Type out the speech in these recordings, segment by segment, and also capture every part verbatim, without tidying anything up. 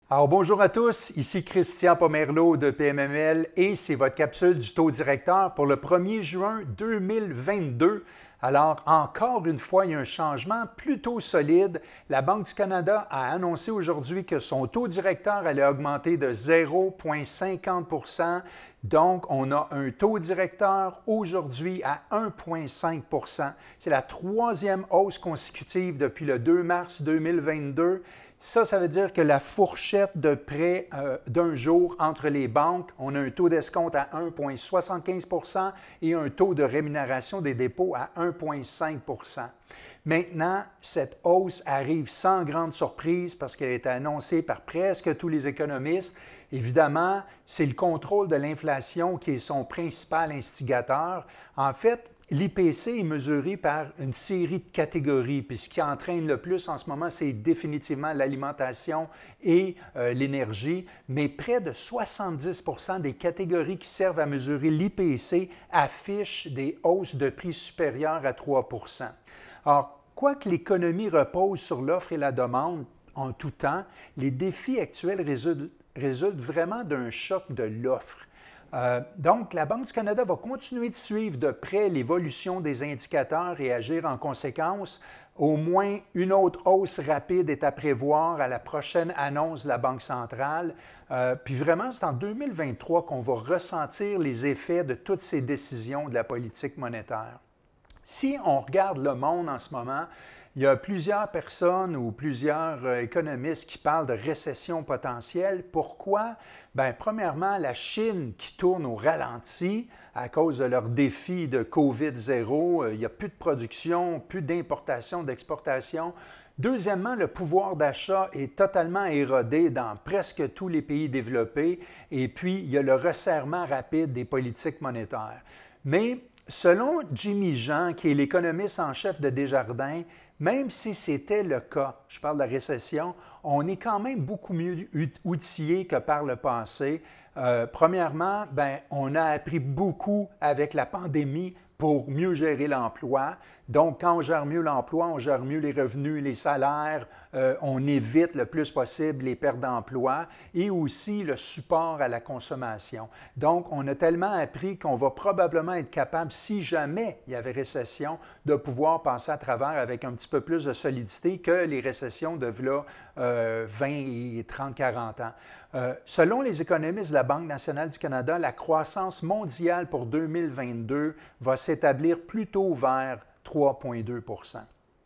Alors bonjour à tous, ici Christian Pomerleau de P M M L et c'est votre capsule du taux directeur pour le premier juin deux mille vingt-deux. Alors encore une fois, il y a un changement plutôt solide. La Banque du Canada a annoncé aujourd'hui que son taux directeur allait augmenter de zéro virgule cinquante pour cent. Donc, on a un taux directeur aujourd'hui à un virgule cinq pour cent. C'est la troisième hausse consécutive depuis le deux mars deux mille vingt-deux. Ça, ça veut dire que la fourchette de prêt euh, d'un jour entre les banques, on a un taux d'escompte à un virgule soixante-quinze pour cent et un taux de rémunération des dépôts à un virgule cinq pour cent. Maintenant, cette hausse arrive sans grande surprise parce qu'elle a été annoncée par presque tous les économistes. Évidemment, c'est le contrôle de l'inflation qui est son principal instigateur. En fait, l'I P C est mesuré par une série de catégories, puis ce qui entraîne le plus en ce moment, c'est définitivement l'alimentation et euh, l'énergie, mais près de soixante-dix pour cent des catégories qui servent à mesurer l'I P C affichent des hausses de prix supérieures à trois pour cent. Alors, quoique l'économie repose sur l'offre et la demande en tout temps, les défis actuels résultent, résultent vraiment d'un choc de l'offre. Euh, donc, la Banque du Canada va continuer de suivre de près l'évolution des indicateurs et agir en conséquence. Au moins une autre hausse rapide est à prévoir à la prochaine annonce de la Banque centrale. Euh, puis vraiment, c'est en deux mille vingt-trois qu'on va ressentir les effets de toutes ces décisions de la politique monétaire. Si on regarde le monde en ce moment, il y a plusieurs personnes ou plusieurs euh, économistes qui parlent de récession potentielle. Pourquoi? Bien, premièrement, la Chine qui tourne au ralenti à cause de leurs défis de COVID zéro. Euh, il n'y a plus de production, plus d'importation, d'exportation. Deuxièmement, le pouvoir d'achat est totalement érodé dans presque tous les pays développés. Et puis, il y a le resserrement rapide des politiques monétaires. Mais selon Jimmy Jean, qui est l'économiste en chef de Desjardins, même si c'était le cas, je parle de la récession, on est quand même beaucoup mieux outillé que par le passé. Euh, premièrement, ben, on a appris beaucoup avec la pandémie pour mieux gérer l'emploi. Donc, quand on gère mieux l'emploi, on gère mieux les revenus, les salaires, euh, on évite le plus possible les pertes d'emploi et aussi le support à la consommation. Donc, on a tellement appris qu'on va probablement être capable, si jamais il y avait récession, de pouvoir passer à travers avec un petit peu plus de solidité que les récessions de là, euh, vingt, trente, quarante ans. Euh, selon les économistes de la Banque nationale du Canada, la croissance mondiale pour deux mille vingt-deux va s'établir plutôt vers trois virgule deux pour cent.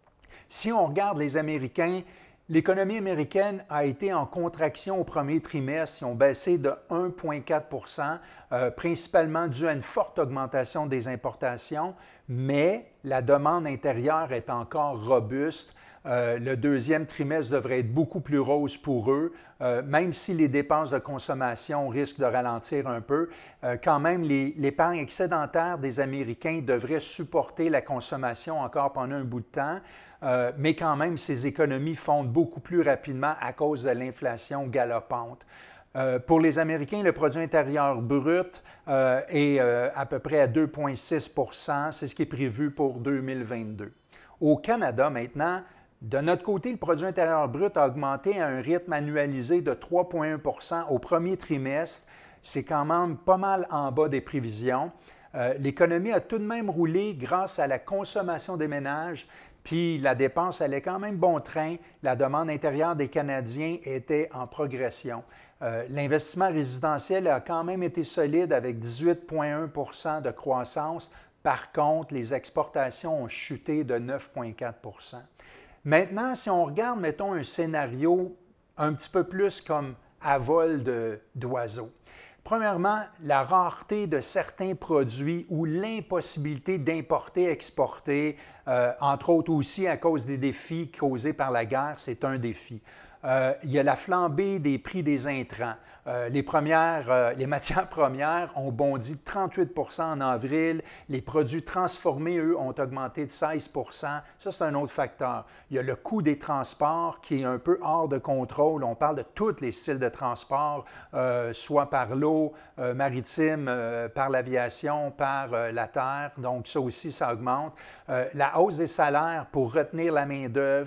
Si on regarde les Américains, l'économie américaine a été en contraction au premier trimestre. Ils ont baissé de un virgule quatre pour cent, euh, principalement dû à une forte augmentation des importations, mais la demande intérieure est encore robuste. Euh, le deuxième trimestre devrait être beaucoup plus rose pour eux, euh, même si les dépenses de consommation risquent de ralentir un peu. Euh, quand même, les, l'épargne excédentaire des Américains devrait supporter la consommation encore pendant un bout de temps, euh, mais quand même, ces économies fondent beaucoup plus rapidement à cause de l'inflation galopante. Euh, pour les Américains, le produit intérieur brut euh, est euh, à peu près à deux virgule six pour cent, c'est ce qui est prévu pour deux mille vingt-deux. Au Canada, maintenant, de notre côté, le produit intérieur brut a augmenté à un rythme annualisé de trois virgule un pour cent au premier trimestre. C'est quand même pas mal en bas des prévisions. Euh, l'économie a tout de même roulé grâce à la consommation des ménages, puis la dépense allait quand même bon train. La demande intérieure des Canadiens était en progression. Euh, l'investissement résidentiel a quand même été solide avec dix-huit virgule un pour cent de croissance. Par contre, les exportations ont chuté de neuf virgule quatre pour cent. Maintenant, si on regarde, mettons, un scénario un petit peu plus comme à vol de, d'oiseau. Premièrement, la rareté de certains produits ou l'impossibilité d'importer, exporter, euh, entre autres aussi à cause des défis causés par la guerre, c'est un défi. Euh, il y a la flambée des prix des intrants. Euh, les, premières, euh, les matières premières ont bondi de trente-huit pour cent en avril. Les produits transformés, eux, ont augmenté de seize pour cent. Ça, c'est un autre facteur. Il y a le coût des transports qui est un peu hors de contrôle. On parle de tous les styles de transport, euh, soit par l'eau, euh, maritime, euh, par l'aviation, par euh, la terre. Donc, ça aussi, ça augmente. Euh, la hausse des salaires pour retenir la main-d'œuvre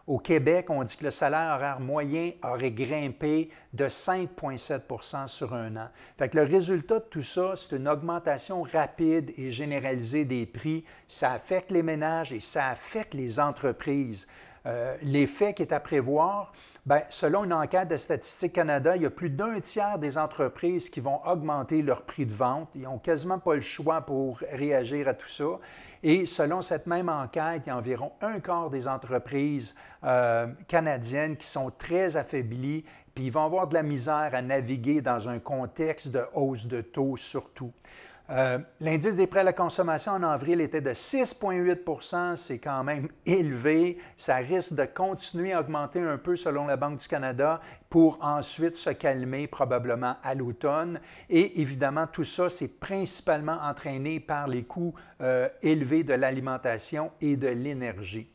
Au Québec, on dit que le salaire horaire moyen aurait grimpé de cinq virgule sept pour cent sur un an. Fait que le résultat de tout ça, c'est une augmentation rapide et généralisée des prix. Ça affecte les ménages et ça affecte les entreprises. Euh, L'effet qui est à prévoir, bien, selon une enquête de Statistique Canada, il y a plus d'un tiers des entreprises qui vont augmenter leur prix de vente. Ils n'ont quasiment pas le choix pour réagir à tout ça. Et selon cette même enquête, il y a environ un quart des entreprises euh, canadiennes qui sont très affaiblies, puis ils vont avoir de la misère à naviguer dans un contexte de hausse de taux surtout. Euh, L'indice des prêts à la consommation en avril était de six virgule huit pour cent, c'est quand même élevé. Ça risque de continuer à augmenter un peu selon la Banque du Canada pour ensuite se calmer probablement à l'automne. Et évidemment, tout ça, c'est principalement entraîné par les coûts euh, élevés de l'alimentation et de l'énergie.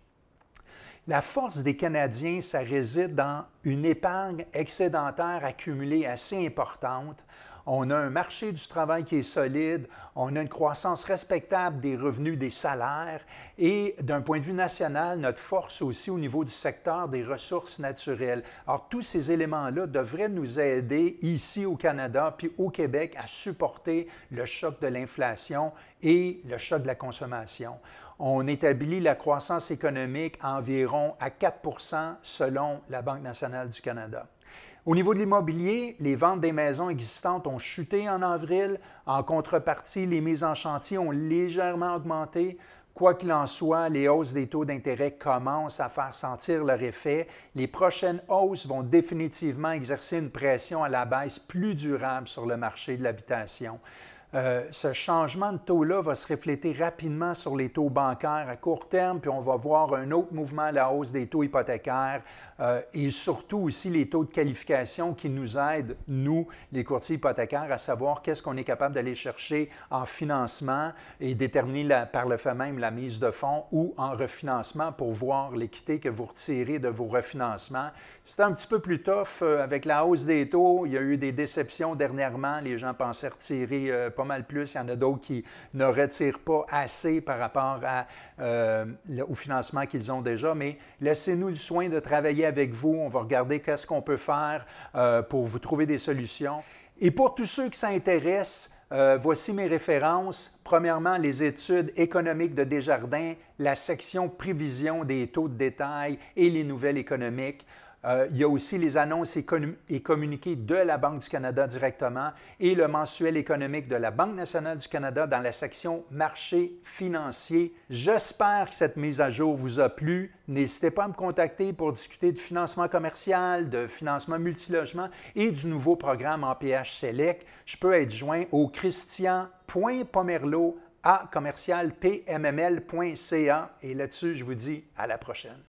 La force des Canadiens, ça réside dans une épargne excédentaire accumulée assez importante. On a un marché du travail qui est solide, on a une croissance respectable des revenus des salaires et d'un point de vue national, notre force aussi au niveau du secteur des ressources naturelles. Alors, tous ces éléments-là devraient nous aider ici au Canada puis au Québec à supporter le choc de l'inflation et le choc de la consommation. On établit la croissance économique environ à quatre pour cent selon la Banque nationale du Canada. Au niveau de l'immobilier, les ventes des maisons existantes ont chuté en avril. En contrepartie, les mises en chantier ont légèrement augmenté. Quoi qu'il en soit, les hausses des taux d'intérêt commencent à faire sentir leur effet. Les prochaines hausses vont définitivement exercer une pression à la baisse plus durable sur le marché de l'habitation. Euh, ce changement de taux-là va se refléter rapidement sur les taux bancaires à court terme, puis on va voir un autre mouvement à la hausse des taux hypothécaires euh, et surtout aussi les taux de qualification qui nous aident, nous, les courtiers hypothécaires, à savoir qu'est-ce qu'on est capable d'aller chercher en financement et déterminer la, par le fait même la mise de fonds ou en refinancement pour voir l'équité que vous retirez de vos refinancements. C'est un petit peu plus tough euh, avec la hausse des taux. Il y a eu des déceptions dernièrement. Les gens pensaient retirer euh, pas mal plus. Il y en a d'autres qui ne retirent pas assez par rapport à, euh, au financement qu'ils ont déjà. Mais laissez-nous le soin de travailler avec vous. On va regarder qu'est-ce qu'on peut faire euh, pour vous trouver des solutions. Et pour tous ceux qui s'intéressent, euh, voici mes références. Premièrement, les études économiques de Desjardins, la section prévision des taux de détail et les nouvelles économiques. Euh, il y a aussi les annonces et, et communiqués de la Banque du Canada directement et le mensuel économique de la Banque nationale du Canada dans la section marché financier. J'espère que cette mise à jour vous a plu. N'hésitez pas à me contacter pour discuter de financement commercial, de financement multilogement et du nouveau programme en P H Select. Je peux être joint au christian point pomerleau à commercial p m m l point c a et là-dessus, je vous dis à la prochaine.